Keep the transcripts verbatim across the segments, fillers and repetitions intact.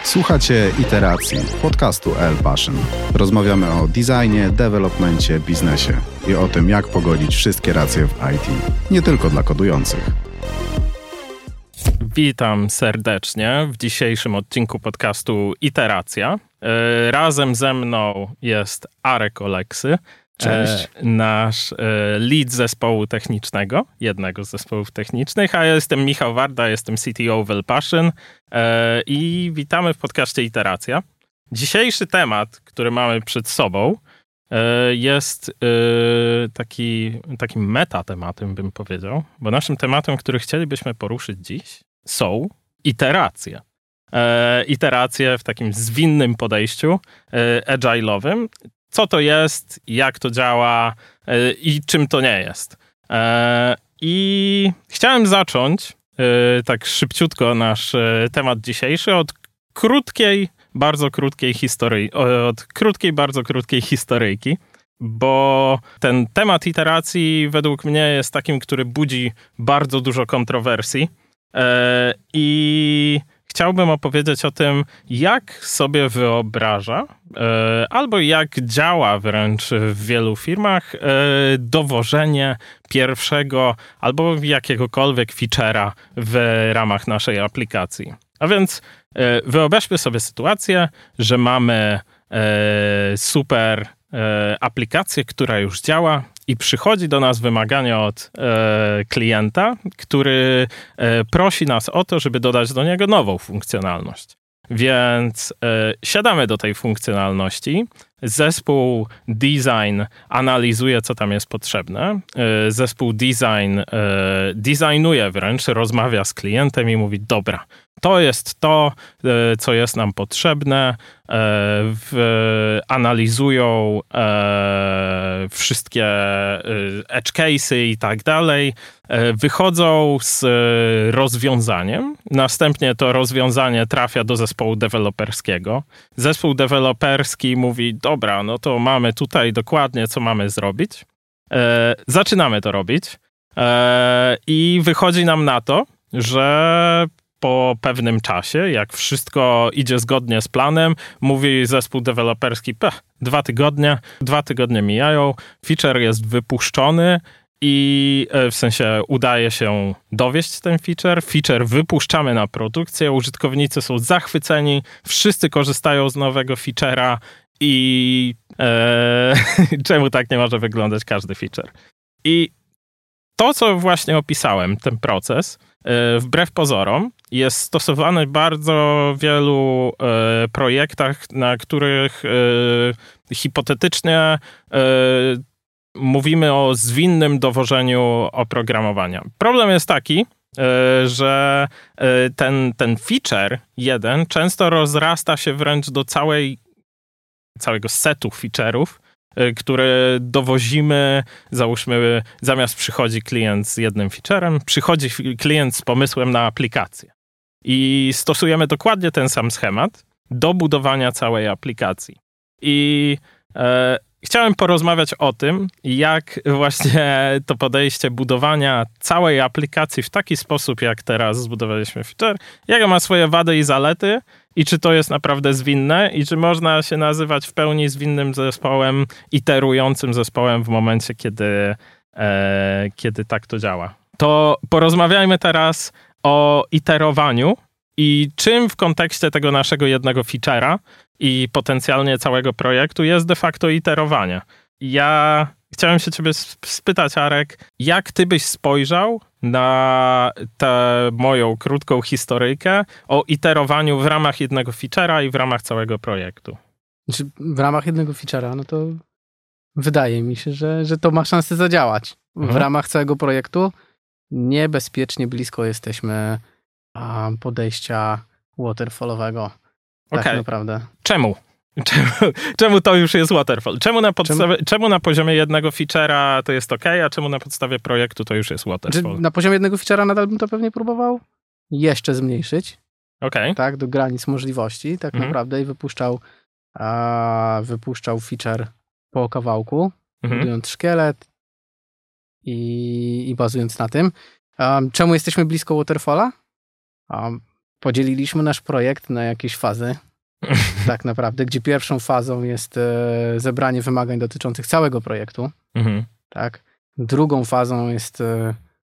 Słuchacie Iteracji, podcastu L Passion. Rozmawiamy o designie, developmencie, biznesie i o tym, jak pogodzić wszystkie racje w I T. Nie tylko dla kodujących. Witam serdecznie w dzisiejszym odcinku podcastu Iteracja. Razem ze mną jest Arek Oleksy. Cześć. Nasz lead zespołu technicznego, jednego z zespołów technicznych, a ja jestem Michał Warda, jestem C T O w L Passion i witamy w podcaście Iteracja. Dzisiejszy temat, który mamy przed sobą, jest taki, takim metatematem, bym powiedział, bo naszym tematem, który chcielibyśmy poruszyć dziś, są iteracje. Iteracje w takim zwinnym podejściu agile'owym. Co to jest, jak to działa yy, i czym to nie jest. Yy, I chciałem zacząć yy, tak szybciutko nasz yy, temat dzisiejszy od krótkiej, bardzo krótkiej historii, od krótkiej, bardzo krótkiej historyjki, bo ten temat iteracji według mnie jest takim, który budzi bardzo dużo kontrowersji yy, i chciałbym opowiedzieć o tym, jak sobie wyobraża, e, albo jak działa wręcz w wielu firmach e, dowożenie pierwszego albo jakiegokolwiek feature'a w ramach naszej aplikacji. A więc e, wyobraźmy sobie sytuację, że mamy e, super e, aplikację, która już działa, i przychodzi do nas wymaganie od e, klienta, który e, prosi nas o to, żeby dodać do niego nową funkcjonalność. Więc e, siadamy do tej funkcjonalności, zespół design analizuje, co tam jest potrzebne, e, zespół design e, designuje wręcz, rozmawia z klientem i mówi, dobra, to jest to, e, co jest nam potrzebne, e, w, analizują e, wszystkie e, edge case'y i tak dalej, e, wychodzą z e, rozwiązaniem, następnie to rozwiązanie trafia do zespołu deweloperskiego. Zespół deweloperski mówi, dobra, no to mamy tutaj dokładnie, co mamy zrobić. E, zaczynamy to robić e, i wychodzi nam na to, że po pewnym czasie, jak wszystko idzie zgodnie z planem, mówi zespół deweloperski, pech, dwa tygodnie, dwa tygodnie mijają, feature jest wypuszczony i w sensie udaje się dowieść ten feature, feature wypuszczamy na produkcję, użytkownicy są zachwyceni, wszyscy korzystają z nowego feature'a i e, czemu tak nie może wyglądać każdy feature? I to, co właśnie opisałem, ten proces, e, wbrew pozorom, jest stosowany w bardzo wielu e, projektach, na których e, hipotetycznie e, mówimy o zwinnym dowożeniu oprogramowania. Problem jest taki, e, że e, ten, ten feature jeden często rozrasta się wręcz do całej, całego setu feature'ów, które dowozimy, załóżmy, zamiast przychodzi klient z jednym featurem, przychodzi klient z pomysłem na aplikację. I stosujemy dokładnie ten sam schemat do budowania całej aplikacji. I e, chciałem porozmawiać o tym, jak właśnie to podejście budowania całej aplikacji w taki sposób, jak teraz zbudowaliśmy feature, jakie ma swoje wady i zalety i czy to jest naprawdę zwinne i czy można się nazywać w pełni zwinnym zespołem, iterującym zespołem w momencie, kiedy, e, kiedy tak to działa. To porozmawiajmy teraz o iterowaniu i czym w kontekście tego naszego jednego feature'a i potencjalnie całego projektu jest de facto iterowanie. Ja chciałem się ciebie spytać, Arek, jak ty byś spojrzał na tę moją krótką historyjkę o iterowaniu w ramach jednego feature'a i w ramach całego projektu? Znaczy, w ramach jednego feature'a, no to wydaje mi się, że, że to ma szansę zadziałać. W mhm. ramach całego projektu niebezpiecznie blisko jesteśmy a, podejścia waterfallowego. Tak okay. naprawdę. Czemu? Czemu, czemu to już jest waterfall? Czemu na, podstawie, czemu? czemu na poziomie jednego feature'a to jest ok, a czemu na podstawie projektu to już jest waterfall? Znaczy, na poziomie jednego feature'a nadal bym to pewnie próbował jeszcze zmniejszyć. Okay. Tak, do granic możliwości, tak mhm. naprawdę i wypuszczał, a, wypuszczał feature po kawałku, mhm. budując szkielet i, i bazując na tym. Um, czemu jesteśmy blisko waterfalla? Um, podzieliliśmy nasz projekt na jakieś fazy, tak naprawdę, gdzie pierwszą fazą jest e, zebranie wymagań dotyczących całego projektu, mhm. tak. Drugą fazą jest e,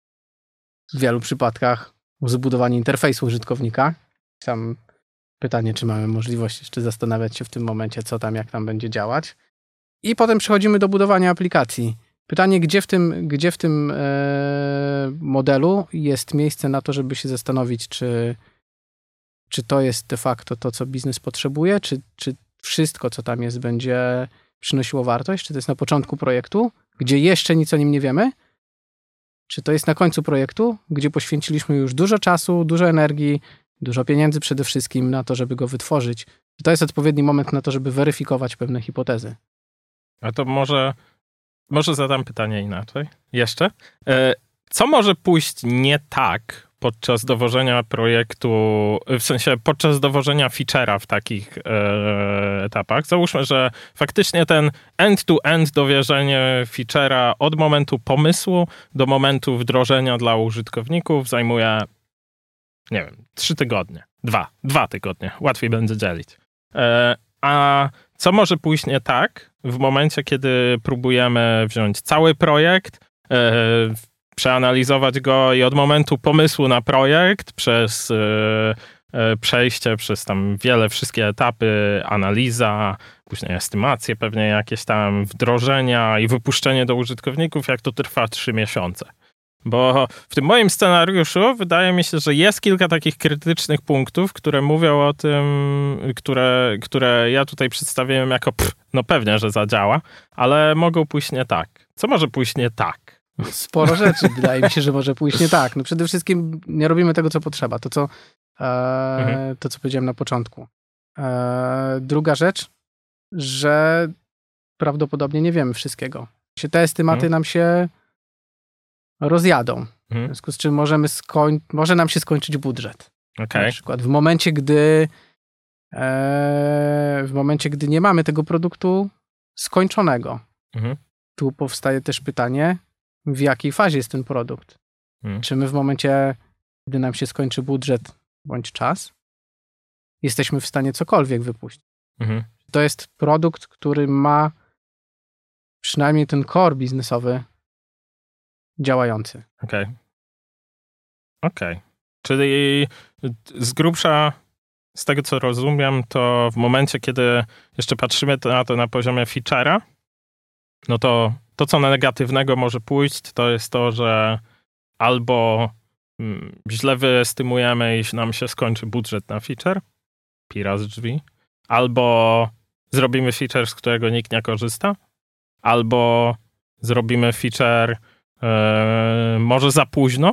w wielu przypadkach zbudowanie interfejsu użytkownika. Sam pytanie, czy mamy możliwość jeszcze zastanawiać się w tym momencie, co tam, jak tam będzie działać. I potem przechodzimy do budowania aplikacji. Pytanie, gdzie w tym, gdzie w tym e, modelu jest miejsce na to, żeby się zastanowić, czy, czy to jest de facto to, co biznes potrzebuje, czy, czy wszystko, co tam jest, będzie przynosiło wartość, czy to jest na początku projektu, gdzie jeszcze nic o nim nie wiemy, czy to jest na końcu projektu, gdzie poświęciliśmy już dużo czasu, dużo energii, dużo pieniędzy przede wszystkim na to, żeby go wytworzyć. Czy to jest odpowiedni moment na to, żeby weryfikować pewne hipotezy. A to może, może zadam pytanie inaczej. Jeszcze. Co może pójść nie tak podczas dowożenia projektu, w sensie podczas dowożenia feature'a w takich e, etapach? Załóżmy, że faktycznie ten end-to-end dowierzenie feature'a od momentu pomysłu do momentu wdrożenia dla użytkowników zajmuje, nie wiem, trzy tygodnie. Dwa. Dwa tygodnie. Łatwiej będzie dzielić. E, a co może pójść nie tak w momencie, kiedy próbujemy wziąć cały projekt, e, przeanalizować go i od momentu pomysłu na projekt przez e, e, przejście przez tam wiele, wszystkie etapy, analiza, później estymacje pewnie jakieś tam, wdrożenia i wypuszczenie do użytkowników, jak to trwa trzy miesiące. Bo w tym moim scenariuszu wydaje mi się, że jest kilka takich krytycznych punktów, które mówią o tym, które, które ja tutaj przedstawiłem jako pff, no pewnie, że zadziała, ale mogą pójść nie tak. Co może pójść nie tak? Sporo rzeczy wydaje mi się, że może pójść nie tak. No przede wszystkim nie robimy tego, co potrzeba. To, co, e, mhm. to, co powiedziałem na początku. E, druga rzecz, że prawdopodobnie nie wiemy wszystkiego. Te estymaty mhm. nam się rozjadą. Mhm. W związku z czym możemy skoń- może nam się skończyć budżet. Okay. Na przykład w momencie, gdy e, w momencie, gdy nie mamy tego produktu skończonego. Mhm. Tu powstaje też pytanie, w jakiej fazie jest ten produkt. Mhm. Czy my w momencie, gdy nam się skończy budżet bądź czas, jesteśmy w stanie cokolwiek wypuścić. Mhm. To jest produkt, który ma przynajmniej ten core biznesowy działający. Okej. Okay. Okej. Okay. Czyli z grubsza, z tego co rozumiem, to w momencie, kiedy jeszcze patrzymy na to na poziomie feature'a, no to to, co negatywnego może pójść, to jest to, że albo źle wyestymujemy i nam się skończy budżet na feature, pira z drzwi, albo zrobimy feature, z którego nikt nie korzysta, albo zrobimy feature Yy, może za późno,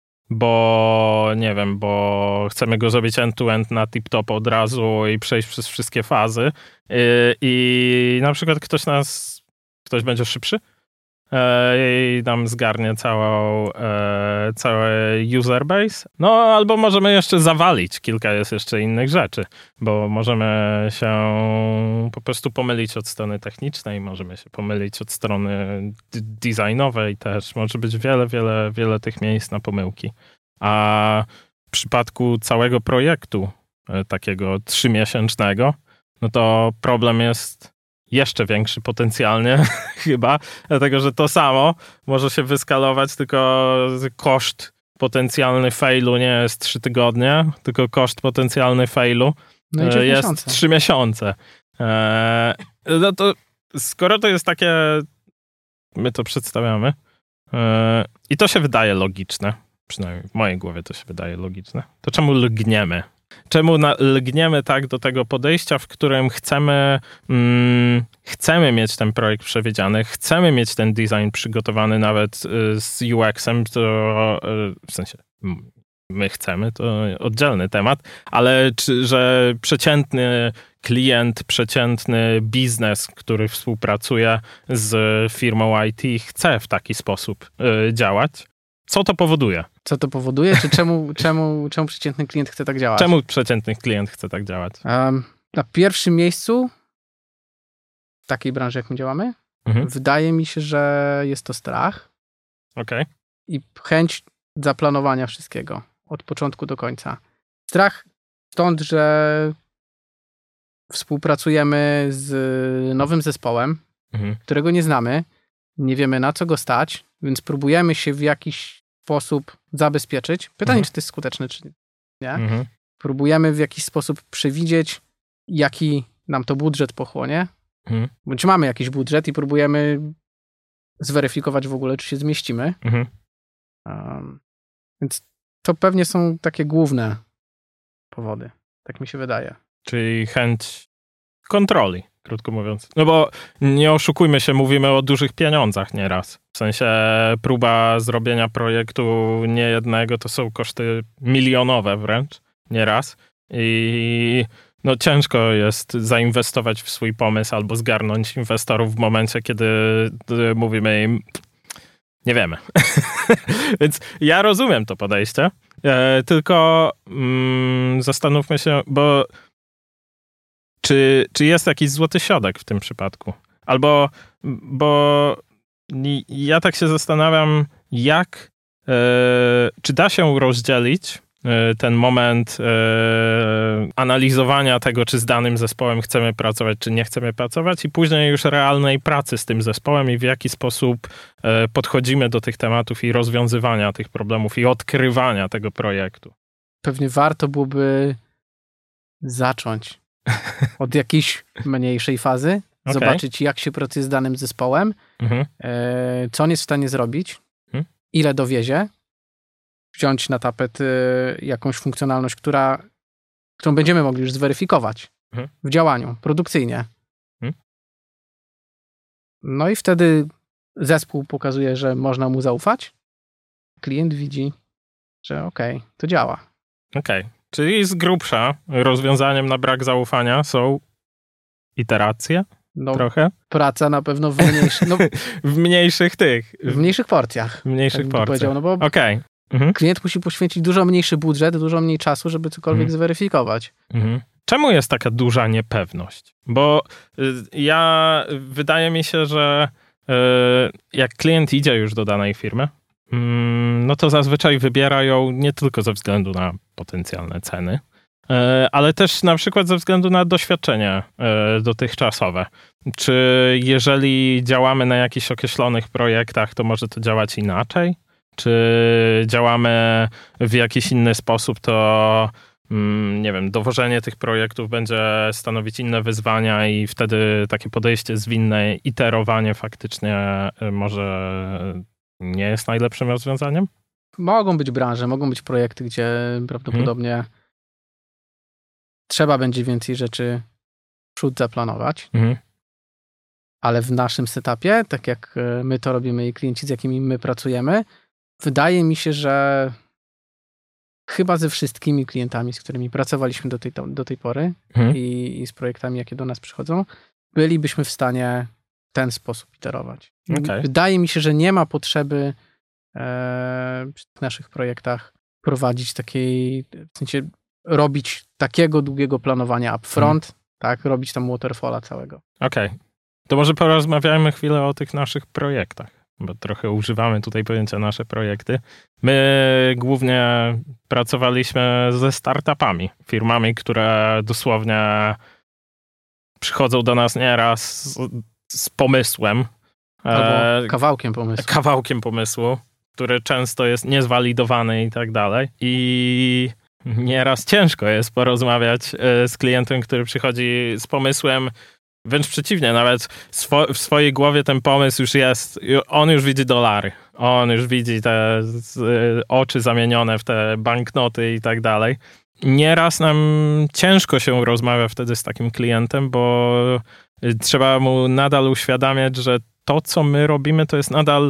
bo nie wiem, bo chcemy go zrobić end-to-end na tip-top od razu i przejść przez wszystkie fazy yy, i na przykład ktoś nas, ktoś będzie szybszy yy, i nam zgarnie całą, yy, cały user base. No albo możemy jeszcze zawalić, kilka jest jeszcze innych rzeczy, bo możemy się po prostu pomylić od strony technicznej, możemy się pomylić od strony d- designowej też. Może być wiele, wiele, wiele tych miejsc na pomyłki. A w przypadku całego projektu takiego trzymiesięcznego, no to problem jest jeszcze większy potencjalnie chyba, dlatego że to samo może się wyskalować, tylko koszt potencjalny failu nie jest trzy tygodnie, tylko koszt potencjalny failu no jest miesiące. trzy miesiące. Eee, no to skoro to jest takie, my to przedstawiamy eee, i to się wydaje logiczne, przynajmniej w mojej głowie to się wydaje logiczne, to czemu lgniemy? Czemu na, lgniemy tak do tego podejścia, w którym chcemy, mm, chcemy mieć ten projekt przewidziany, chcemy mieć ten design przygotowany nawet y, z U X-em, to y, w sensie my chcemy, to oddzielny temat, ale czy, że przeciętny klient, przeciętny biznes, który współpracuje z firmą I T, chce w taki sposób y, działać. Co to powoduje? Co to powoduje? Czy czemu, czemu, czemu przeciętny klient chce tak działać? Czemu przeciętny klient chce tak działać? Um, na pierwszym miejscu w takiej branży, jak my działamy, mhm. wydaje mi się, że jest to strach. Okej. Okay. I chęć zaplanowania wszystkiego od początku do końca. Strach stąd, że współpracujemy z nowym zespołem, mhm. którego nie znamy, nie wiemy na co go stać, więc próbujemy się w jakiś sposób zabezpieczyć. Pytanie, mhm. czy to jest skuteczne, czy nie. Mhm. Próbujemy w jakiś sposób przewidzieć, jaki nam to budżet pochłonie, mhm. bądź mamy jakiś budżet i próbujemy zweryfikować w ogóle, czy się zmieścimy. Mhm. Um, więc to pewnie są takie główne powody. Tak mi się wydaje. Czyli chęć kontroli, krótko mówiąc. No bo nie oszukujmy się, mówimy o dużych pieniądzach nieraz. W sensie próba zrobienia projektu niejednego to są koszty milionowe wręcz nieraz. I no ciężko jest zainwestować w swój pomysł albo zgarnąć inwestorów w momencie, kiedy mówimy im nie wiemy. Więc ja rozumiem to podejście, e, tylko mm, zastanówmy się, bo czy, czy jest jakiś złoty środek w tym przypadku? Albo, bo ja tak się zastanawiam, jak, e, czy da się rozdzielić e, ten moment e, analizowania tego, czy z danym zespołem chcemy pracować, czy nie chcemy pracować i później już realnej pracy z tym zespołem i w jaki sposób e, podchodzimy do tych tematów i rozwiązywania tych problemów i odkrywania tego projektu. Pewnie warto byłoby zacząć od jakiejś mniejszej fazy, okay. zobaczyć jak się pracuje z danym zespołem, mhm. e, co on jest w stanie zrobić, mhm. ile dowiezie, wziąć na tapet e, jakąś funkcjonalność, która, którą będziemy mogli już zweryfikować mhm. w działaniu, produkcyjnie. Mhm. No i wtedy zespół pokazuje, że można mu zaufać, klient widzi, że okej, okay, to działa. Okej. Okay. Czyli z grubsza rozwiązaniem na brak zaufania są iteracje? No, trochę? Praca na pewno w mniejszych... No, w mniejszych tych. W mniejszych porcjach. W mniejszych tak porcjach. Powiedział, no bo okay. mhm. klient musi poświęcić dużo mniejszy budżet, dużo mniej czasu, żeby cokolwiek mhm. zweryfikować. Mhm. Czemu jest taka duża niepewność? Bo y, ja, wydaje mi się, że y, jak klient idzie już do danej firmy, no to zazwyczaj wybiera ją nie tylko ze względu na potencjalne ceny, ale też na przykład ze względu na doświadczenie dotychczasowe. Czy jeżeli działamy na jakichś określonych projektach, to może to działać inaczej? Czy działamy w jakiś inny sposób, to nie wiem, dowożenie tych projektów będzie stanowić inne wyzwania i wtedy takie podejście zwinne, iterowanie faktycznie może nie jest najlepszym rozwiązaniem? Mogą być branże, mogą być projekty, gdzie prawdopodobnie hmm. trzeba będzie więcej rzeczy w przód zaplanować, hmm. ale w naszym setupie, tak jak my to robimy i klienci, z jakimi my pracujemy, wydaje mi się, że chyba ze wszystkimi klientami, z którymi pracowaliśmy do tej, do tej pory hmm. i, i z projektami, jakie do nas przychodzą, bylibyśmy w stanie w ten sposób iterować. Okay. Wydaje mi się, że nie ma potrzeby e, przy naszych projektach prowadzić takiej, w sensie robić takiego długiego planowania upfront, hmm. tak, robić tam waterfalla całego. Okej. Okay. To może porozmawiajmy chwilę o tych naszych projektach, bo trochę używamy tutaj pojęcia nasze projekty. My głównie pracowaliśmy ze startupami, firmami, które dosłownie przychodzą do nas nieraz z, z pomysłem. Albo kawałkiem pomysłu. Kawałkiem pomysłu, który często jest niezwalidowany i tak dalej. I nieraz ciężko jest porozmawiać z klientem, który przychodzi z pomysłem. Wręcz przeciwnie, nawet swo- w swojej głowie ten pomysł już jest, on już widzi dolary, on już widzi te z, oczy zamienione w te banknoty i tak dalej. Nieraz nam ciężko się rozmawia wtedy z takim klientem, bo trzeba mu nadal uświadamiać, że to, co my robimy, to jest nadal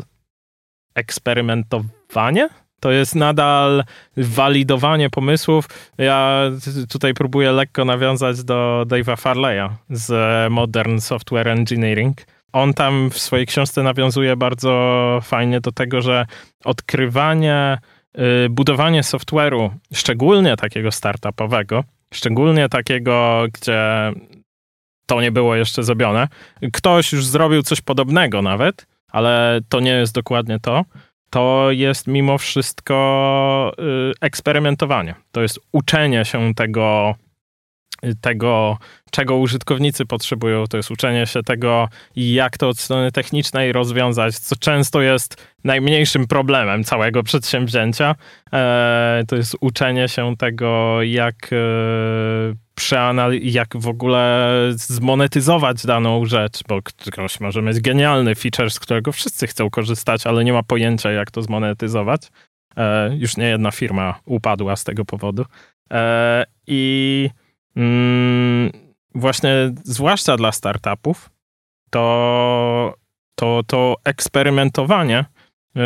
eksperymentowanie. To jest nadal walidowanie pomysłów. Ja tutaj próbuję lekko nawiązać do Dave'a Farleya z Modern Software Engineering. On tam w swojej książce nawiązuje bardzo fajnie do tego, że odkrywanie, budowanie software'u, szczególnie takiego startupowego, szczególnie takiego, gdzie to nie było jeszcze zrobione. Ktoś już zrobił coś podobnego nawet, ale to nie jest dokładnie to. to jest mimo wszystko eksperymentowanie. To jest uczenie się tego, tego, czego użytkownicy potrzebują. To jest uczenie się tego, jak to od strony technicznej rozwiązać, co często jest najmniejszym problemem całego przedsięwzięcia. To jest uczenie się tego, jak przeanal- jak w ogóle zmonetyzować daną rzecz, bo ktoś może mieć genialny feature, z którego wszyscy chcą korzystać, ale nie ma pojęcia, jak to zmonetyzować. E, już nie jedna firma upadła z tego powodu. E, I mm, właśnie zwłaszcza dla startupów to, to, to eksperymentowanie e,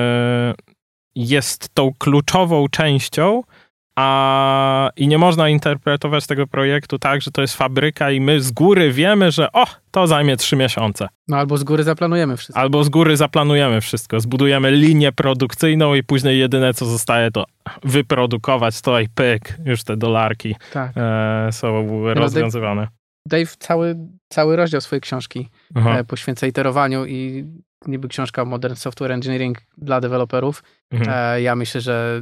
jest tą kluczową częścią, A, i nie można interpretować tego projektu tak, że to jest fabryka i my z góry wiemy, że o, to zajmie trzy miesiące. No albo z góry zaplanujemy wszystko. Albo z góry zaplanujemy wszystko. Zbudujemy linię produkcyjną i później jedyne, co zostaje, to wyprodukować to i pyk, już te dolarki tak. e, są no, rozwiązywane. Dave, Dave cały, cały rozdział swojej książki e, poświęca iterowaniu i niby książka Modern Software Engineering dla deweloperów. E, ja myślę, że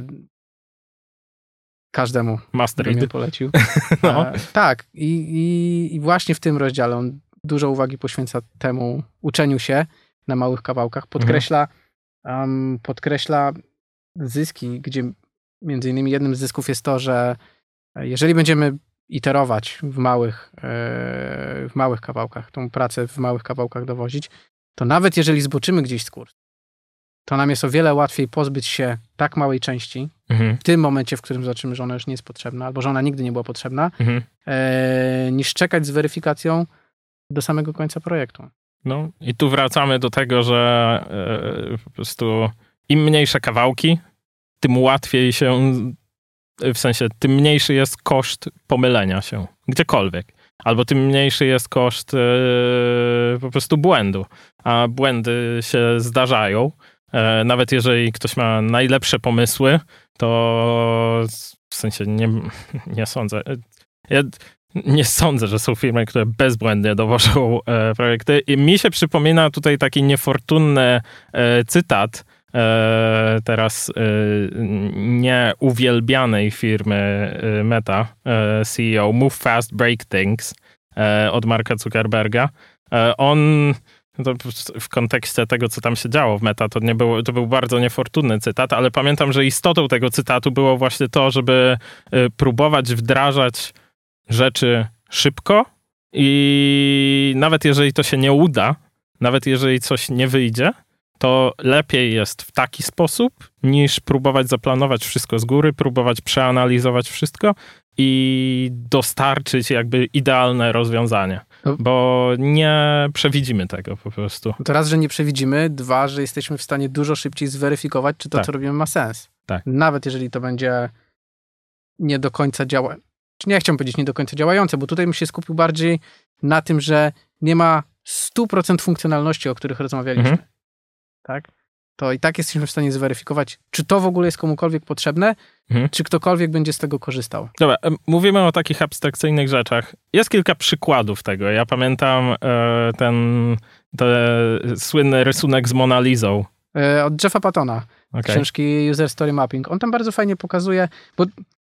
każdemu bym ją polecił. No. E, tak. I, i, I właśnie w tym rozdziale on dużo uwagi poświęca temu uczeniu się na małych kawałkach. Podkreśla, mhm. um, podkreśla zyski, gdzie między innymi jednym z zysków jest to, że jeżeli będziemy iterować w małych, e, w małych kawałkach, tą pracę w małych kawałkach dowozić, to nawet jeżeli zboczymy gdzieś z kursu, to nam jest o wiele łatwiej pozbyć się tak małej części mhm. w tym momencie, w którym zobaczymy, że ona już nie jest potrzebna, albo że ona nigdy nie była potrzebna, mhm. e, niż czekać z weryfikacją do samego końca projektu. No i tu wracamy do tego, że e, po prostu im mniejsze kawałki, tym łatwiej się, w sensie tym mniejszy jest koszt pomylenia się, gdziekolwiek. Albo tym mniejszy jest koszt e, po prostu błędu. A błędy się zdarzają. E, nawet jeżeli ktoś ma najlepsze pomysły, to w sensie nie, nie sądzę. Ja nie sądzę, że są firmy, które bezbłędnie dowożą e, projekty. I mi się przypomina tutaj taki niefortunny e, cytat e, teraz e, nieuwielbianej firmy e, Meta, e, C E O, Move Fast, Break Things, e, od Marka Zuckerberga. E, on to w kontekście tego, co tam się działo w Meta, to, nie było, to był bardzo niefortunny cytat, ale pamiętam, że istotą tego cytatu było właśnie to, żeby e, próbować wdrażać rzeczy szybko i nawet jeżeli to się nie uda, nawet jeżeli coś nie wyjdzie, to lepiej jest w taki sposób, niż próbować zaplanować wszystko z góry, próbować przeanalizować wszystko i dostarczyć jakby idealne rozwiązanie. Bo nie przewidzimy tego po prostu. To raz, że nie przewidzimy, dwa, że jesteśmy w stanie dużo szybciej zweryfikować, czy to, tak. co robimy, ma sens. Tak. Nawet jeżeli to będzie nie do końca działa. Czy nie chciałbym powiedzieć nie do końca działające, bo tutaj bym się skupił bardziej na tym, że nie ma stu procent funkcjonalności, o których rozmawialiśmy. Mhm. Tak? To i tak jesteśmy w stanie zweryfikować, czy to w ogóle jest komukolwiek potrzebne, mhm. czy ktokolwiek będzie z tego korzystał. Dobra, mówimy o takich abstrakcyjnych rzeczach. Jest kilka przykładów tego. Ja pamiętam e, ten, ten słynny rysunek z Mona Lisą. E, od Jeffa Pattona. Okay. Książki User Story Mapping. On tam bardzo fajnie pokazuje, bo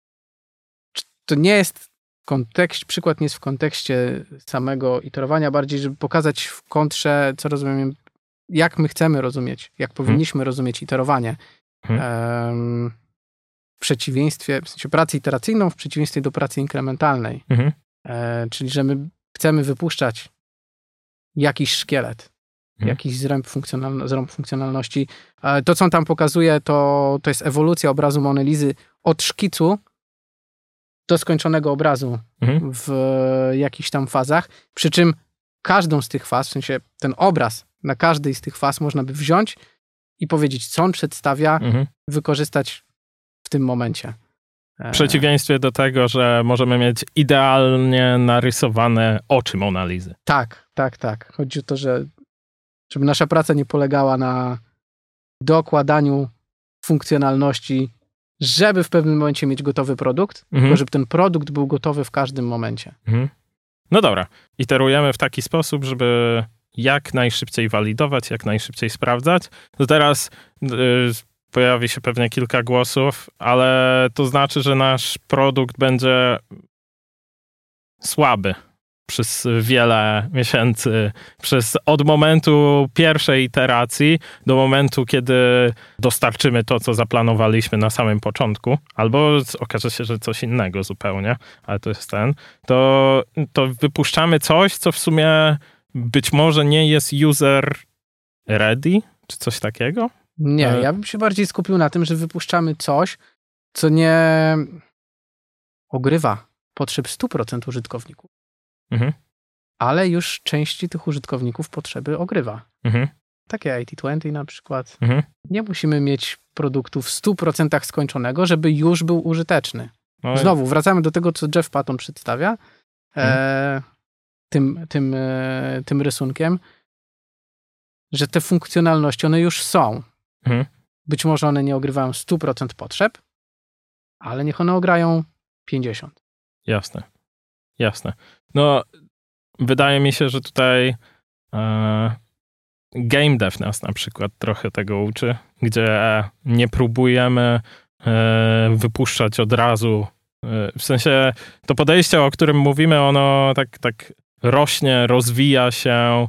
to nie jest kontekst, przykład nie jest w kontekście samego iterowania, bardziej, żeby pokazać w kontrze, co rozumiem, jak my chcemy rozumieć, jak powinniśmy hmm. rozumieć iterowanie. Hmm. Um, w przeciwieństwie, w sensie pracy iteracyjną, w przeciwieństwie do pracy inkrementalnej. Hmm. E, czyli, że my chcemy wypuszczać jakiś szkielet, hmm. jakiś zręb, funkcjonalno, zrąb funkcjonalności. E, to, co on tam pokazuje, to, to jest ewolucja obrazu Mony Lisy od szkicu do skończonego obrazu mhm. w jakichś tam fazach, przy czym każdą z tych faz, w sensie ten obraz na każdej z tych faz można by wziąć i powiedzieć, co on przedstawia, mhm. wykorzystać w tym momencie. W przeciwieństwie do tego, że możemy mieć idealnie narysowane oczy Mona Lisy. Tak, tak, tak. Chodzi o to, że żeby nasza praca nie polegała na dokładaniu funkcjonalności, żeby w pewnym momencie mieć gotowy produkt, mhm. tylko żeby ten produkt był gotowy w każdym momencie. Mhm. No dobra. Iterujemy w taki sposób, żeby jak najszybciej walidować, jak najszybciej sprawdzać. To teraz yy, pojawi się pewnie kilka głosów, ale to znaczy, że nasz produkt będzie słaby przez wiele miesięcy, przez od momentu pierwszej iteracji do momentu, kiedy dostarczymy to, co zaplanowaliśmy na samym początku, albo okaże się, że coś innego zupełnie, ale to jest ten, to, to wypuszczamy coś, co w sumie być może nie jest user ready, czy coś takiego? Nie, ja bym się bardziej skupił na tym, że wypuszczamy coś, co nie ogrywa potrzeb sto procent użytkowników. Mhm. Ale już części tych użytkowników potrzeby ogrywa. Mhm. Takie I T dwadzieścia na przykład. Mhm. Nie musimy mieć produktu w stu procentach skończonego, żeby już był użyteczny. No Znowu, wracamy do tego, co Jeff Patton przedstawia mhm. e, tym, tym, e, tym rysunkiem, że te funkcjonalności, one już są. Mhm. Być może one nie ogrywają stu procent potrzeb, ale niech one ograją pięćdziesiąt procent. Jasne. Jasne. No, wydaje mi się, że tutaj e, game dev nas na przykład trochę tego uczy, gdzie nie próbujemy e, wypuszczać od razu. E, w sensie to podejście, o którym mówimy, ono tak, tak rośnie, rozwija się e,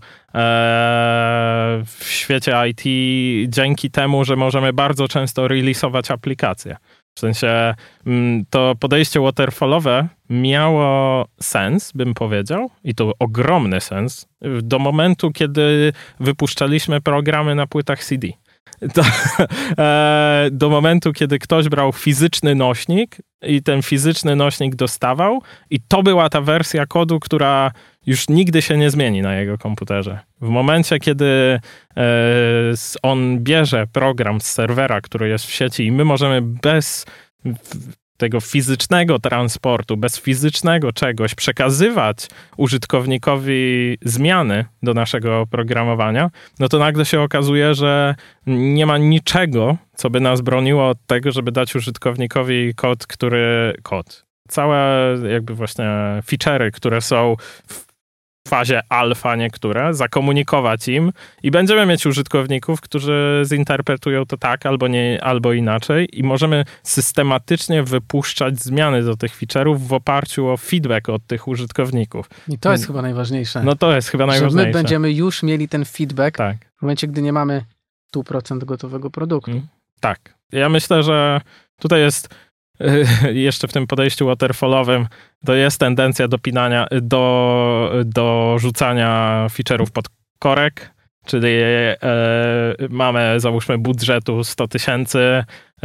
w świecie I T dzięki temu, że możemy bardzo często releasować aplikacje. W sensie to podejście waterfallowe miało sens, bym powiedział, i to ogromny sens, do momentu, kiedy wypuszczaliśmy programy na płytach C D. Do, e, do momentu, kiedy ktoś brał fizyczny nośnik i ten fizyczny nośnik dostawał i to była ta wersja kodu, która już nigdy się nie zmieni na jego komputerze. W momencie, kiedy e, on bierze program z serwera, który jest w sieci i my możemy bez tego fizycznego transportu, bez fizycznego czegoś przekazywać użytkownikowi zmiany do naszego oprogramowania, no to nagle się okazuje, że nie ma niczego, co by nas broniło od tego, żeby dać użytkownikowi kod, który... kod. Całe jakby właśnie feature'y, które są w fazie alfa niektóre, zakomunikować im i będziemy mieć użytkowników, którzy zinterpretują to tak albo nie, albo inaczej i możemy systematycznie wypuszczać zmiany do tych feature'ów w oparciu o feedback od tych użytkowników. I to jest chyba najważniejsze. No to jest chyba najważniejsze. Że my będziemy już mieli ten feedback tak. w momencie, gdy nie mamy stu procent gotowego produktu. Hmm. Tak. Ja myślę, że tutaj jest jeszcze w tym podejściu waterfallowym to jest tendencja do pinania, do, do rzucania feature'ów pod korek, czyli e, mamy załóżmy budżetu sto tysięcy, e,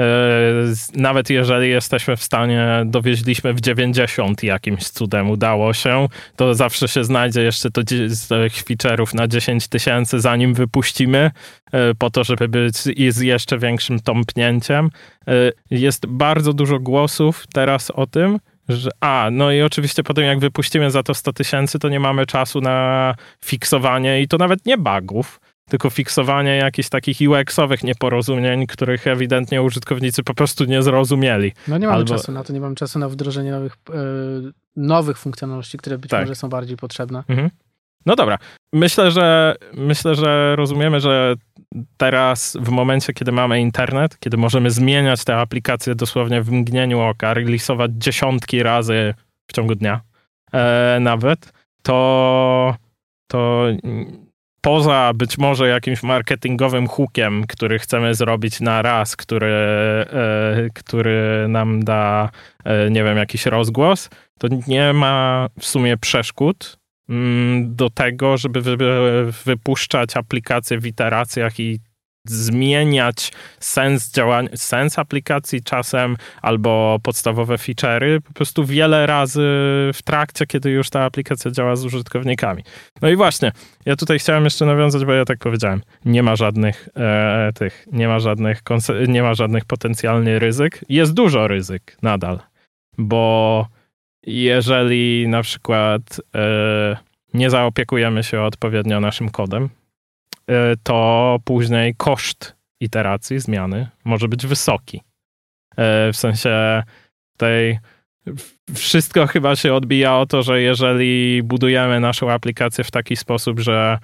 nawet jeżeli jesteśmy w stanie, dowieźliśmy w dziewięćdziesiąt i jakimś cudem udało się, to zawsze się znajdzie jeszcze to z tych feature'ów na dziesięć tysięcy, zanim wypuścimy, e, po to, żeby być i z jeszcze większym tąpnięciem. E, jest bardzo dużo głosów teraz o tym, że a, no i oczywiście potem jak wypuścimy za to sto tysięcy, to nie mamy czasu na fiksowanie i to nawet nie bugów, tylko fiksowanie jakichś takich U X-owych nieporozumień, których ewidentnie użytkownicy po prostu nie zrozumieli. No nie mamy Albo... czasu na to, nie mamy czasu na wdrożenie nowych, yy, nowych funkcjonalności, które być tak. może są bardziej potrzebne. Mhm. No dobra. Myślę, że myślę, że rozumiemy, że teraz w momencie, kiedy mamy internet, kiedy możemy zmieniać te aplikacje dosłownie w mgnieniu oka, releasować dziesiątki razy w ciągu dnia e, nawet, to, to poza być może jakimś marketingowym hookiem, który chcemy zrobić na raz, który, e, który nam da, e, nie wiem, jakiś rozgłos, to nie ma w sumie przeszkód do tego, żeby wypuszczać aplikacje w iteracjach i zmieniać sens działania, sens aplikacji czasem albo podstawowe feature'y po prostu wiele razy w trakcie, kiedy już ta aplikacja działa z użytkownikami. No i właśnie, ja tutaj chciałem jeszcze nawiązać, bo ja tak powiedziałem, nie ma żadnych e, tych, nie ma żadnych, nie ma żadnych potencjalnych ryzyk. Jest dużo ryzyk nadal, bo jeżeli na przykład e, nie zaopiekujemy się odpowiednio naszym kodem, e, to później koszt iteracji, zmiany może być wysoki. E, w sensie tej wszystko chyba się odbija o to, że jeżeli budujemy naszą aplikację w taki sposób, że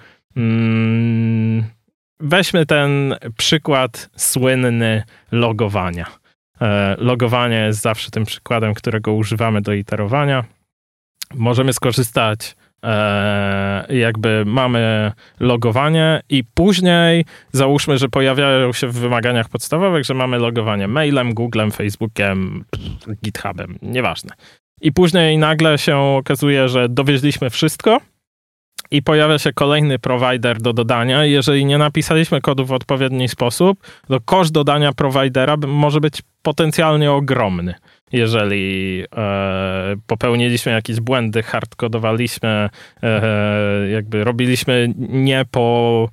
mm, weźmy ten przykład słynny logowania. E, logowanie jest zawsze tym przykładem, którego używamy do iterowania. Możemy skorzystać, e, jakby mamy logowanie i później załóżmy, że pojawiają się w wymaganiach podstawowych, że mamy logowanie mailem, Googlem, Facebookiem, GitHubem, nieważne. I później nagle się okazuje, że dowieźliśmy wszystko i pojawia się kolejny prowajder do dodania. Jeżeli nie napisaliśmy kodu w odpowiedni sposób, to koszt dodania prowajdera może być potencjalnie ogromny. Jeżeli e, popełniliśmy jakieś błędy, hardkodowaliśmy, e, jakby robiliśmy nie po...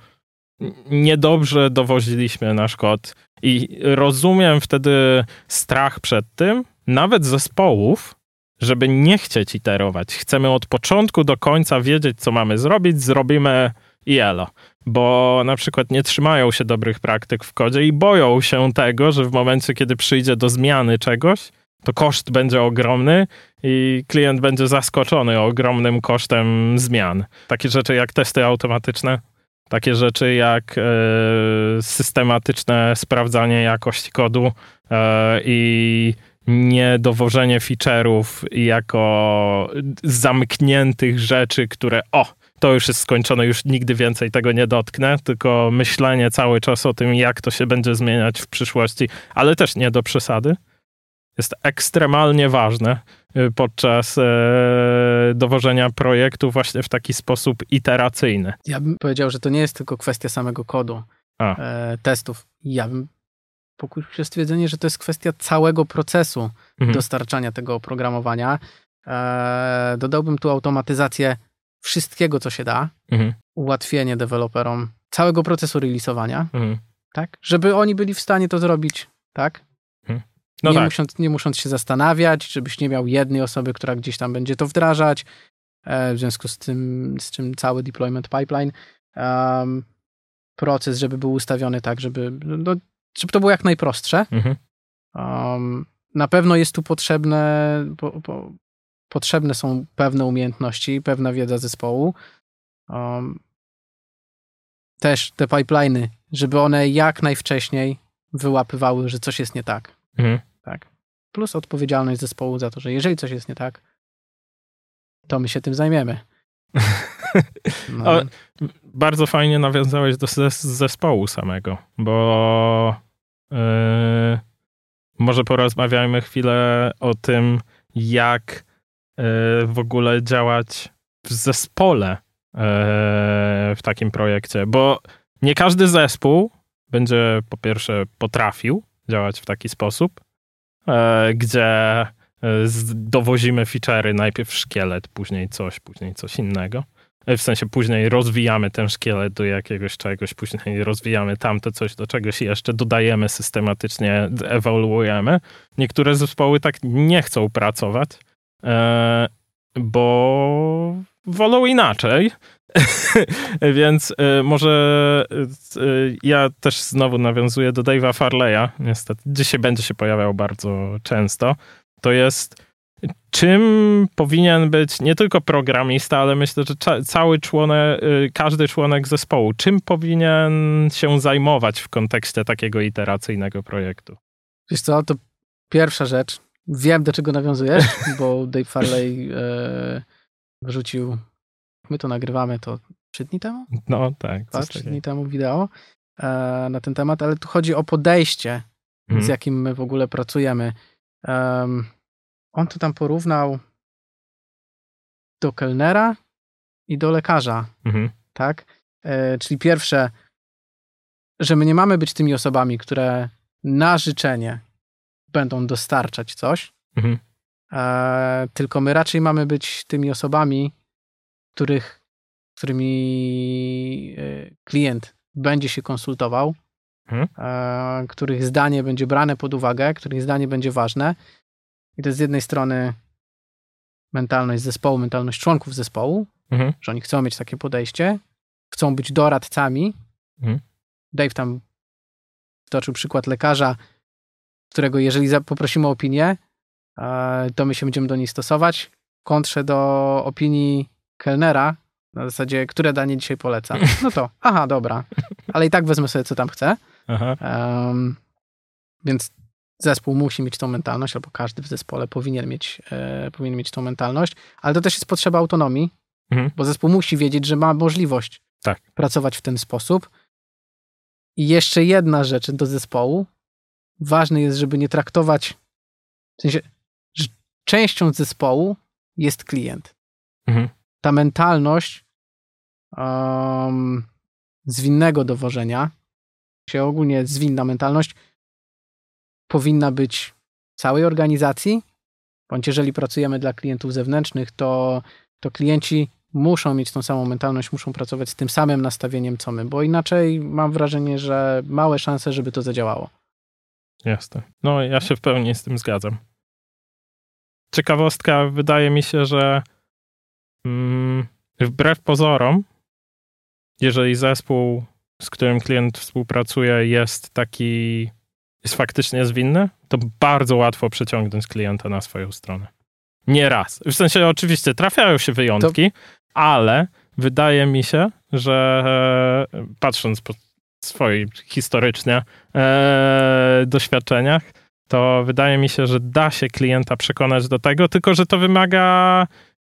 niedobrze dowoziliśmy nasz kod. I rozumiem wtedy strach przed tym, nawet zespołów, żeby nie chcieć iterować. Chcemy od początku do końca wiedzieć, co mamy zrobić, zrobimy i elo. Bo na przykład nie trzymają się dobrych praktyk w kodzie i boją się tego, że w momencie, kiedy przyjdzie do zmiany czegoś, to koszt będzie ogromny i klient będzie zaskoczony ogromnym kosztem zmian. Takie rzeczy jak testy automatyczne, takie rzeczy jak e, systematyczne sprawdzanie jakości kodu e, i niedowożenie feature'ów jako zamkniętych rzeczy, które o, to już jest skończone, już nigdy więcej tego nie dotknę, tylko myślenie cały czas o tym, jak to się będzie zmieniać w przyszłości, ale też nie do przesady, jest ekstremalnie ważne podczas e, dowożenia projektu właśnie w taki sposób iteracyjny. Ja bym powiedział, że to nie jest tylko kwestia samego kodu, e, testów. Ja bym pokusił się stwierdzenie, że to jest kwestia całego procesu mhm. dostarczania tego oprogramowania. E, dodałbym tu automatyzację wszystkiego, co się da, mhm. ułatwienie deweloperom całego procesu releasowania, mhm. tak, żeby oni byli w stanie to zrobić, tak? Mhm. No nie, tak. Musząc, nie musząc się zastanawiać, żebyś nie miał jednej osoby, która gdzieś tam będzie to wdrażać, e, w związku z tym, z czym cały deployment pipeline, um, proces, żeby był ustawiony tak, żeby no, żeby to było jak najprostsze. Mhm. Um, na pewno jest tu potrzebne, po, po, potrzebne są pewne umiejętności, pewna wiedza zespołu. Um, też te pipeliny, żeby one jak najwcześniej wyłapywały, że coś jest nie tak. Mhm. Tak. Plus odpowiedzialność zespołu za to, że jeżeli coś jest nie tak, to my się tym zajmiemy. No. Ale bardzo fajnie nawiązałeś do zes- zespołu samego, bo yy, może porozmawiajmy chwilę o tym, jak yy, w ogóle działać w zespole yy, w takim projekcie, bo nie każdy zespół będzie po pierwsze potrafił działać w taki sposób, yy, gdzie dowozimy feature'y, najpierw szkielet, później coś, później coś innego. W sensie później rozwijamy ten szkielet do jakiegoś czegoś, później rozwijamy tamto coś do czegoś i jeszcze dodajemy systematycznie, ewoluujemy. Niektóre zespoły tak nie chcą pracować, bo wolą inaczej. Więc może ja też znowu nawiązuję do Dave'a Farleya. Niestety dzisiaj będzie się pojawiał bardzo często. To jest, czym powinien być nie tylko programista, ale myślę, że cza- cały członek, każdy członek zespołu, czym powinien się zajmować w kontekście takiego iteracyjnego projektu? Wiesz co, to pierwsza rzecz, wiem do czego nawiązujesz, bo Dave Farley e, wrzucił, my to nagrywamy, to trzy dni temu? No tak. Dwa, trzy dni temu wideo e, na ten temat, ale tu chodzi o podejście, hmm. z jakim my w ogóle pracujemy. Um, on to tam porównał do kelnera i do lekarza, mhm. tak? E, czyli pierwsze, że my nie mamy być tymi osobami, które na życzenie będą dostarczać coś, mhm. e, tylko my raczej mamy być tymi osobami, których, którymi e, klient będzie się konsultował, mhm. e, których zdanie będzie brane pod uwagę, których zdanie będzie ważne. I to jest z jednej strony mentalność zespołu, mentalność członków zespołu, mhm. że oni chcą mieć takie podejście, chcą być doradcami. Mhm. Dave tam wtoczył przykład lekarza, którego jeżeli poprosimy o opinię, to my się będziemy do niej stosować. W kontrze do opinii kelnera, na zasadzie, które danie dzisiaj poleca. No to, aha, dobra, ale i tak wezmę sobie, co tam chcę. Um, więc zespół musi mieć tą mentalność, albo każdy w zespole powinien mieć, e, powinien mieć tą mentalność, ale to też jest potrzeba autonomii, mhm. bo zespół musi wiedzieć, że ma możliwość tak. pracować w ten sposób. I jeszcze jedna rzecz do zespołu. Ważne jest, żeby nie traktować, w sensie, że częścią zespołu jest klient. Mhm. Ta mentalność um, zwinnego dowożenia, czy ogólnie zwinna mentalność, powinna być w całej organizacji, bądź jeżeli pracujemy dla klientów zewnętrznych, to, to klienci muszą mieć tą samą mentalność, muszą pracować z tym samym nastawieniem, co my, bo inaczej mam wrażenie, że małe szanse, żeby to zadziałało. Jasne. No, ja się w pełni z tym zgadzam. Ciekawostka, wydaje mi się, że mm, wbrew pozorom, jeżeli zespół, z którym klient współpracuje, jest taki, jest faktycznie zwinny, to bardzo łatwo przeciągnąć klienta na swoją stronę. Nie raz. W sensie oczywiście trafiają się wyjątki, to... ale wydaje mi się, że e, patrząc po swoich historycznie e, doświadczeniach, to wydaje mi się, że da się klienta przekonać do tego, tylko że to wymaga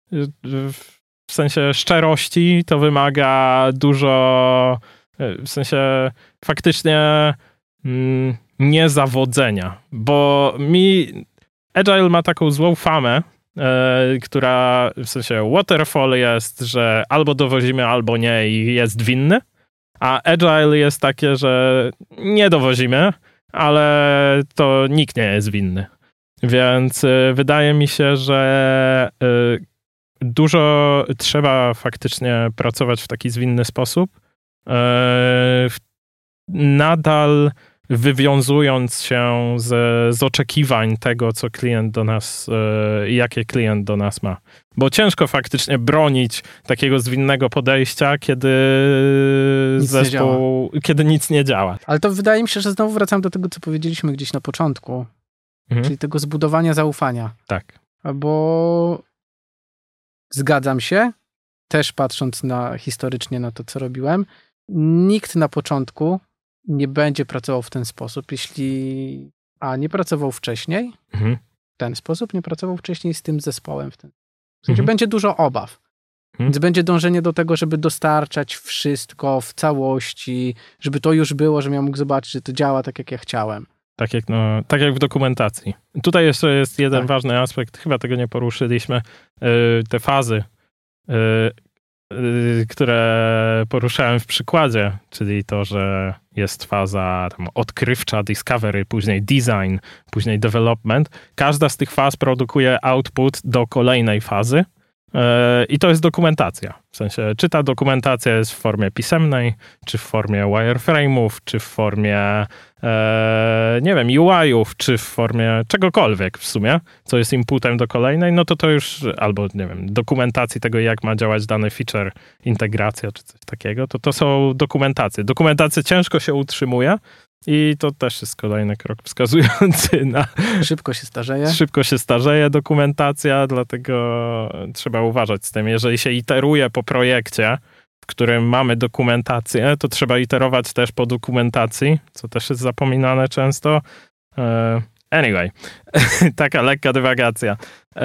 w sensie szczerości, to wymaga dużo, w sensie faktycznie mm, niezawodzenia, bo mi Agile ma taką złą famę, e, która w sensie waterfall jest, że albo dowozimy, albo nie i jest winny, a Agile jest takie, że nie dowozimy, ale to nikt nie jest winny. Więc y, wydaje mi się, że y, dużo trzeba faktycznie pracować w taki zwinny sposób, y, nadal wywiązując się z, z oczekiwań tego, co klient do nas, y, jakie klient do nas ma. Bo ciężko faktycznie bronić takiego zwinnego podejścia, kiedy nic zespół, kiedy nic nie działa. Ale to wydaje mi się, że znowu wracam do tego, co powiedzieliśmy gdzieś na początku, mhm. czyli tego zbudowania zaufania. Tak. Bo zgadzam się, też patrząc na historycznie na to, co robiłem, nikt na początku nie będzie pracował w ten sposób, jeśli a nie pracował wcześniej, mhm. w ten sposób, nie pracował wcześniej z tym zespołem w ten W sensie mhm. będzie dużo obaw. Mhm. Więc będzie dążenie do tego, żeby dostarczać wszystko w całości, żeby to już było, żebym ja mógł zobaczyć, że to działa tak, jak ja chciałem. Tak jak, no, tak jak w dokumentacji. Tutaj jeszcze jest jeden tak. ważny aspekt, chyba tego nie poruszyliśmy, yy, te fazy, yy, yy, które poruszałem w przykładzie, czyli to, że jest faza tam odkrywcza, discovery, później design, później development. Każda z tych faz produkuje output do kolejnej fazy yy, i to jest dokumentacja. W sensie, czy ta dokumentacja jest w formie pisemnej, czy w formie wireframe'ów, czy w formie e, nie wiem, U I-ów, czy w formie czegokolwiek w sumie, co jest inputem do kolejnej, no to to już, albo nie wiem, dokumentacji tego, jak ma działać dany feature, integracja, czy coś takiego, to to są dokumentacje. Dokumentację ciężko się utrzymuje i to też jest kolejny krok wskazujący na... Szybko się starzeje. Szybko się starzeje dokumentacja, dlatego trzeba uważać z tym. Jeżeli się iteruje po projekcie, w którym mamy dokumentację, to trzeba iterować też po dokumentacji, co też jest zapominane często. Anyway, taka lekka dywagacja.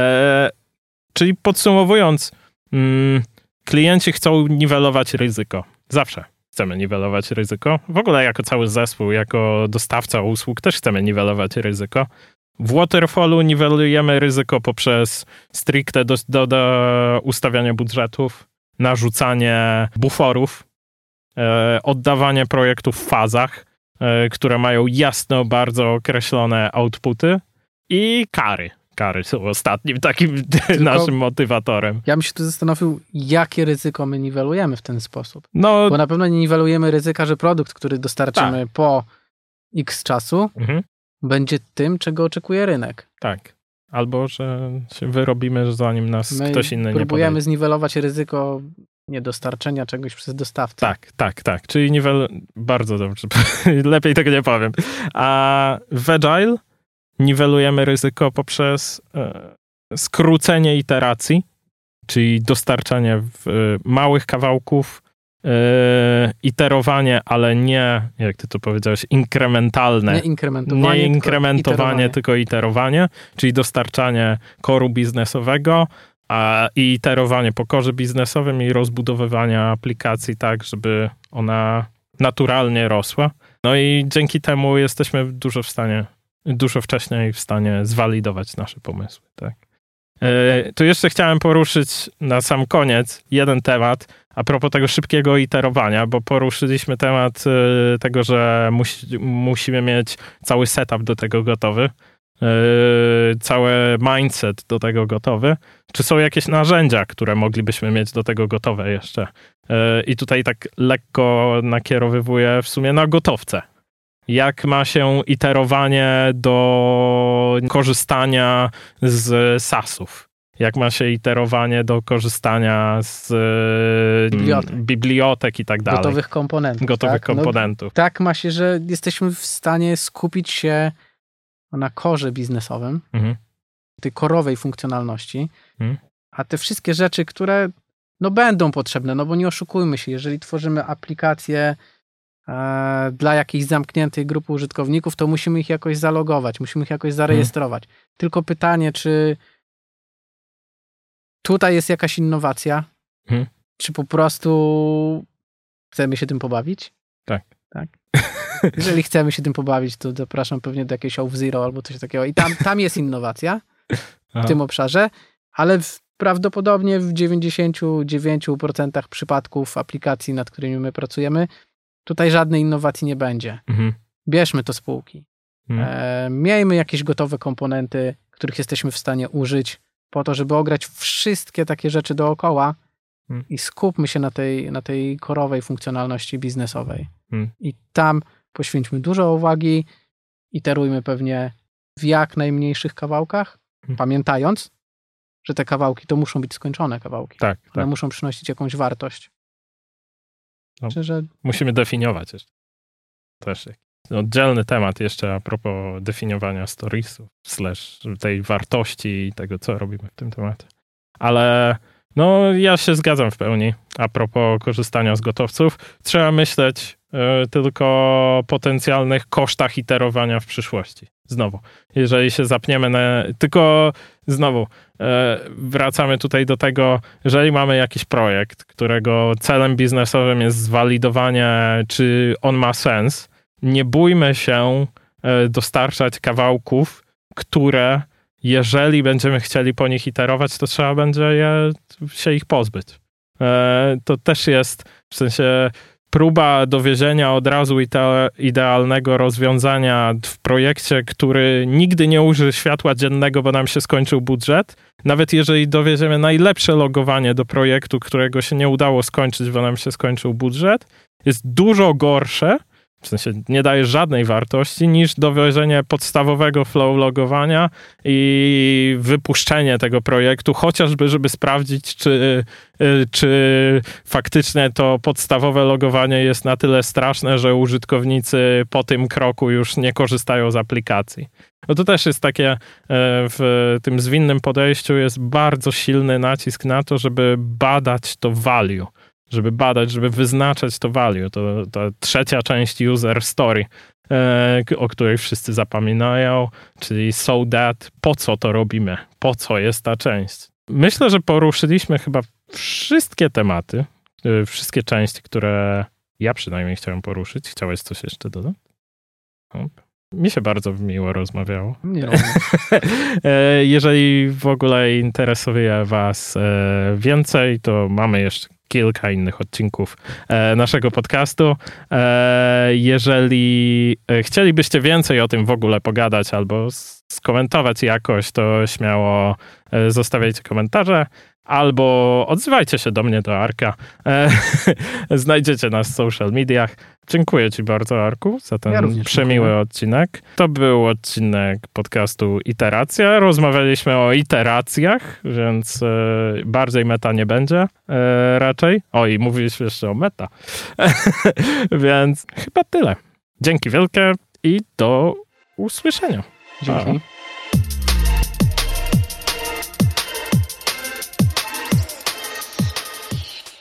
Czyli podsumowując, klienci chcą niwelować ryzyko. Zawsze chcemy niwelować ryzyko. W ogóle jako cały zespół, jako dostawca usług też chcemy niwelować ryzyko. W Waterfallu niwelujemy ryzyko poprzez stricte do, do, do ustawiania budżetów, narzucanie buforów, e, oddawanie projektów w fazach, e, które mają jasno bardzo określone outputy i kary. Kary są ostatnim takim Tylko naszym motywatorem. Ja bym się tu zastanowił, jakie ryzyko my niwelujemy w ten sposób. No, bo na pewno nie niwelujemy ryzyka, że produkt, który dostarczymy tak. po x czasu, mhm. będzie tym, czego oczekuje rynek. Tak. Albo, że się wyrobimy, zanim nas My ktoś inny nie podejdzie. Próbujemy zniwelować ryzyko niedostarczenia czegoś przez dostawcę. Tak, tak, tak. Czyli niwel... Bardzo dobrze. Lepiej tego nie powiem. A w Agile niwelujemy ryzyko poprzez skrócenie iteracji, czyli dostarczanie w małych kawałków, iterowanie, ale nie, jak ty to powiedziałeś, inkrementalne. Nie inkrementowanie, nie inkrementowanie tylko, tylko iterowanie, czyli dostarczanie koru biznesowego a, i iterowanie po korze biznesowym i rozbudowywanie aplikacji tak, żeby ona naturalnie rosła. No i dzięki temu jesteśmy dużo w stanie, dużo wcześniej w stanie zwalidować nasze pomysły. Tak. E, tu jeszcze chciałem poruszyć na sam koniec jeden temat a propos tego szybkiego iterowania, bo poruszyliśmy temat e, tego, że musi, musimy mieć cały setup do tego gotowy, e, cały mindset do tego gotowy. Czy są jakieś narzędzia, które moglibyśmy mieć do tego gotowe jeszcze? E, I tutaj tak lekko nakierowywuję w sumie na gotowce. Jak ma się iterowanie do korzystania z SaaSów? Jak ma się iterowanie do korzystania z bibliotek, bibliotek i tak dalej? Gotowych komponentów. Gotowych tak? komponentów. No, tak ma się, że jesteśmy w stanie skupić się na korze biznesowym, mhm. tej korowej funkcjonalności, mhm. a te wszystkie rzeczy, które no, będą potrzebne, no bo nie oszukujmy się, jeżeli tworzymy aplikację dla jakiejś zamkniętej grupy użytkowników, to musimy ich jakoś zalogować, musimy ich jakoś zarejestrować. Hmm. Tylko pytanie, czy tutaj jest jakaś innowacja, hmm. czy po prostu chcemy się tym pobawić? Tak. tak? Jeżeli chcemy się tym pobawić, to zapraszam pewnie do jakiegoś OutZero albo coś takiego i tam, tam jest innowacja w Aha. tym obszarze, ale w, prawdopodobnie w dziewięćdziesiąt dziewięć procent przypadków aplikacji, nad którymi my pracujemy, tutaj żadnej innowacji nie będzie. Mhm. Bierzmy to z półki. Mhm. E, miejmy jakieś gotowe komponenty, których jesteśmy w stanie użyć po to, żeby ograć wszystkie takie rzeczy dookoła mhm. i skupmy się na tej, na tej korowej funkcjonalności biznesowej. Mhm. I tam poświęćmy dużo uwagi, iterujmy pewnie w jak najmniejszych kawałkach, mhm. pamiętając, że te kawałki to muszą być skończone kawałki. Tak, one tak. muszą przynosić jakąś wartość. No, Czy, że... Musimy definiować jeszcze. Też oddzielny temat jeszcze a propos definiowania storiesów, slash tej wartości i tego, co robimy w tym temacie. Ale no, ja się zgadzam w pełni a propos korzystania z gotowców. Trzeba myśleć y, tylko o potencjalnych kosztach iterowania w przyszłości. Znowu, jeżeli się zapniemy na... Tylko znowu, y, wracamy tutaj do tego, jeżeli mamy jakiś projekt, którego celem biznesowym jest zwalidowanie, czy on ma sens, nie bójmy się y, dostarczać kawałków, które jeżeli będziemy chcieli po nich iterować, to trzeba będzie je, się ich pozbyć. Y, to też jest w sensie... próba dowiezienia od razu ide- idealnego rozwiązania w projekcie, który nigdy nie ujrzy światła dziennego, bo nam się skończył budżet. Nawet jeżeli dowieziemy najlepsze logowanie do projektu, którego się nie udało skończyć, bo nam się skończył budżet, jest dużo gorsze, w sensie nie daje żadnej wartości, niż dowiezienie podstawowego flow logowania i wypuszczenie tego projektu, chociażby, żeby sprawdzić, czy, czy faktycznie to podstawowe logowanie jest na tyle straszne, że użytkownicy po tym kroku już nie korzystają z aplikacji. No to też jest takie, w tym zwinnym podejściu jest bardzo silny nacisk na to, żeby badać to value. Żeby badać, żeby wyznaczać to value. To ta trzecia część user story, e, o której wszyscy zapominają, czyli so that, po co to robimy, po co jest ta część. Myślę, że poruszyliśmy chyba wszystkie tematy, e, wszystkie części, które ja przynajmniej chciałem poruszyć. Chciałeś coś jeszcze dodać? Mi się bardzo miło rozmawiało. Nie Jeżeli w ogóle interesuje was więcej, to mamy jeszcze kilka innych odcinków naszego podcastu. Jeżeli chcielibyście więcej o tym w ogóle pogadać albo skomentować jakoś, to śmiało zostawiajcie komentarze. Albo odzywajcie się do mnie, do Arka. Znajdziecie nas w social mediach. Dziękuję ci bardzo, Arku, za ten ja przemiły dziękuję. odcinek. To był odcinek podcastu Iteracja. Rozmawialiśmy o iteracjach, więc e, bardziej meta nie będzie e, raczej. O, i mówiliśmy jeszcze o meta. Więc chyba tyle. Dzięki wielkie i do usłyszenia. Dzięki. A.